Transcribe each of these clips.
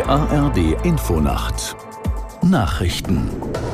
Die ARD-Infonacht Nachrichten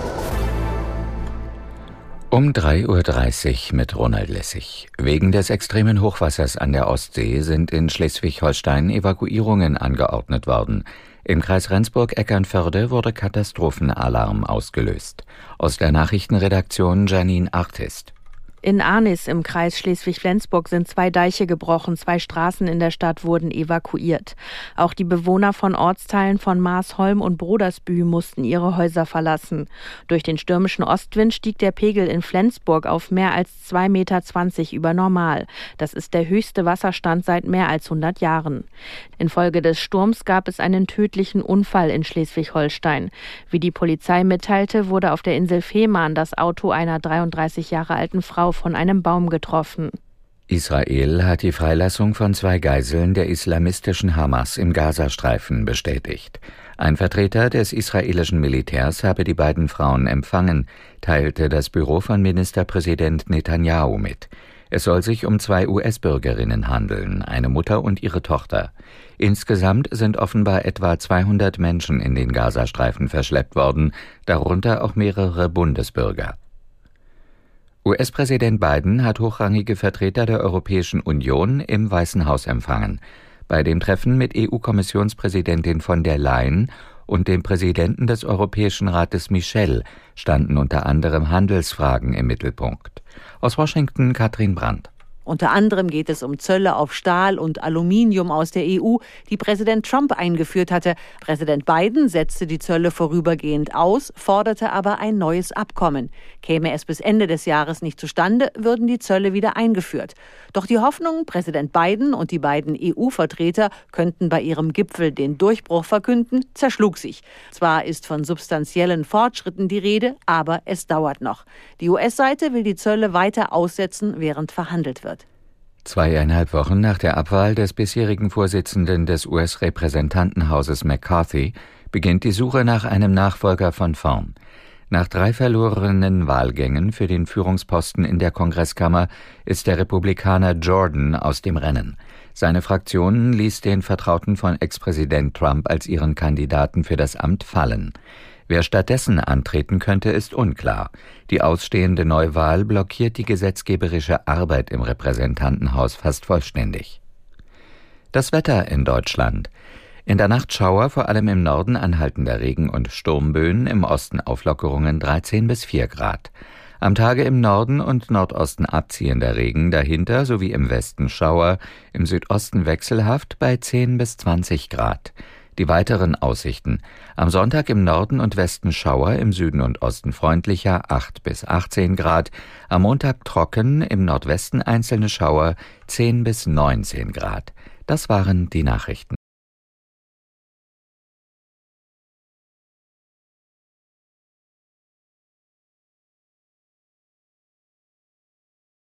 um 3:30 Uhr mit Ronald Lessig. Wegen des extremen Hochwassers an der Ostsee sind in Schleswig-Holstein Evakuierungen angeordnet worden. Im Kreis Rendsburg-Eckernförde wurde Katastrophenalarm ausgelöst. Aus der Nachrichtenredaktion Janine Artist. In Arnis im Kreis Schleswig-Flensburg sind 2 Deiche gebrochen, 2 Straßen in der Stadt wurden evakuiert. Auch die Bewohner von Ortsteilen von Marsholm und Brodersbüh mussten ihre Häuser verlassen. Durch den stürmischen Ostwind stieg der Pegel in Flensburg auf mehr als 2,20 Meter über Normal. Das ist der höchste Wasserstand seit mehr als 100 Jahren. Infolge des Sturms gab es einen tödlichen Unfall in Schleswig-Holstein. Wie die Polizei mitteilte, wurde auf der Insel Fehmarn das Auto einer 33 Jahre alten Frau von einem Baum getroffen. Israel hat die Freilassung von 2 Geiseln der islamistischen Hamas im Gazastreifen bestätigt. Ein Vertreter des israelischen Militärs habe die beiden Frauen empfangen, teilte das Büro von Ministerpräsident Netanyahu mit. Es soll sich um 2 US-Bürgerinnen handeln, eine Mutter und ihre Tochter. Insgesamt sind offenbar etwa 200 Menschen in den Gazastreifen verschleppt worden, darunter auch mehrere Bundesbürger. US-Präsident Biden hat hochrangige Vertreter der Europäischen Union im Weißen Haus empfangen. Bei dem Treffen mit EU-Kommissionspräsidentin von der Leyen und dem Präsidenten des Europäischen Rates Michel standen unter anderem Handelsfragen im Mittelpunkt. Aus Washington Katrin Brandt. Unter anderem geht es um Zölle auf Stahl und Aluminium aus der EU, die Präsident Trump eingeführt hatte. Präsident Biden setzte die Zölle vorübergehend aus, forderte aber ein neues Abkommen. Käme es bis Ende des Jahres nicht zustande, würden die Zölle wieder eingeführt. Doch die Hoffnung, Präsident Biden und die beiden EU-Vertreter könnten bei ihrem Gipfel den Durchbruch verkünden, zerschlug sich. Zwar ist von substanziellen Fortschritten die Rede, aber es dauert noch. Die US-Seite will die Zölle weiter aussetzen, während verhandelt wird. 2,5 Wochen nach der Abwahl des bisherigen Vorsitzenden des US-Repräsentantenhauses McCarthy beginnt die Suche nach einem Nachfolger von vorn. Nach 3 verlorenen Wahlgängen für den Führungsposten in der Kongresskammer ist der Republikaner Jordan aus dem Rennen. Seine Fraktion ließ den Vertrauten von Ex-Präsident Trump als ihren Kandidaten für das Amt fallen. Wer stattdessen antreten könnte, ist unklar. Die ausstehende Neuwahl blockiert die gesetzgeberische Arbeit im Repräsentantenhaus fast vollständig. Das Wetter in Deutschland. In der Nacht Schauer, vor allem im Norden anhaltender Regen- und Sturmböen, im Osten Auflockerungen 13 bis 4 Grad. Am Tage im Norden und Nordosten abziehender Regen, dahinter sowie im Westen Schauer, im Südosten wechselhaft bei 10 bis 20 Grad. Die weiteren Aussichten. Am Sonntag im Norden und Westen Schauer, im Süden und Osten freundlicher 8 bis 18 Grad. Am Montag trocken, im Nordwesten einzelne Schauer 10 bis 19 Grad. Das waren die Nachrichten.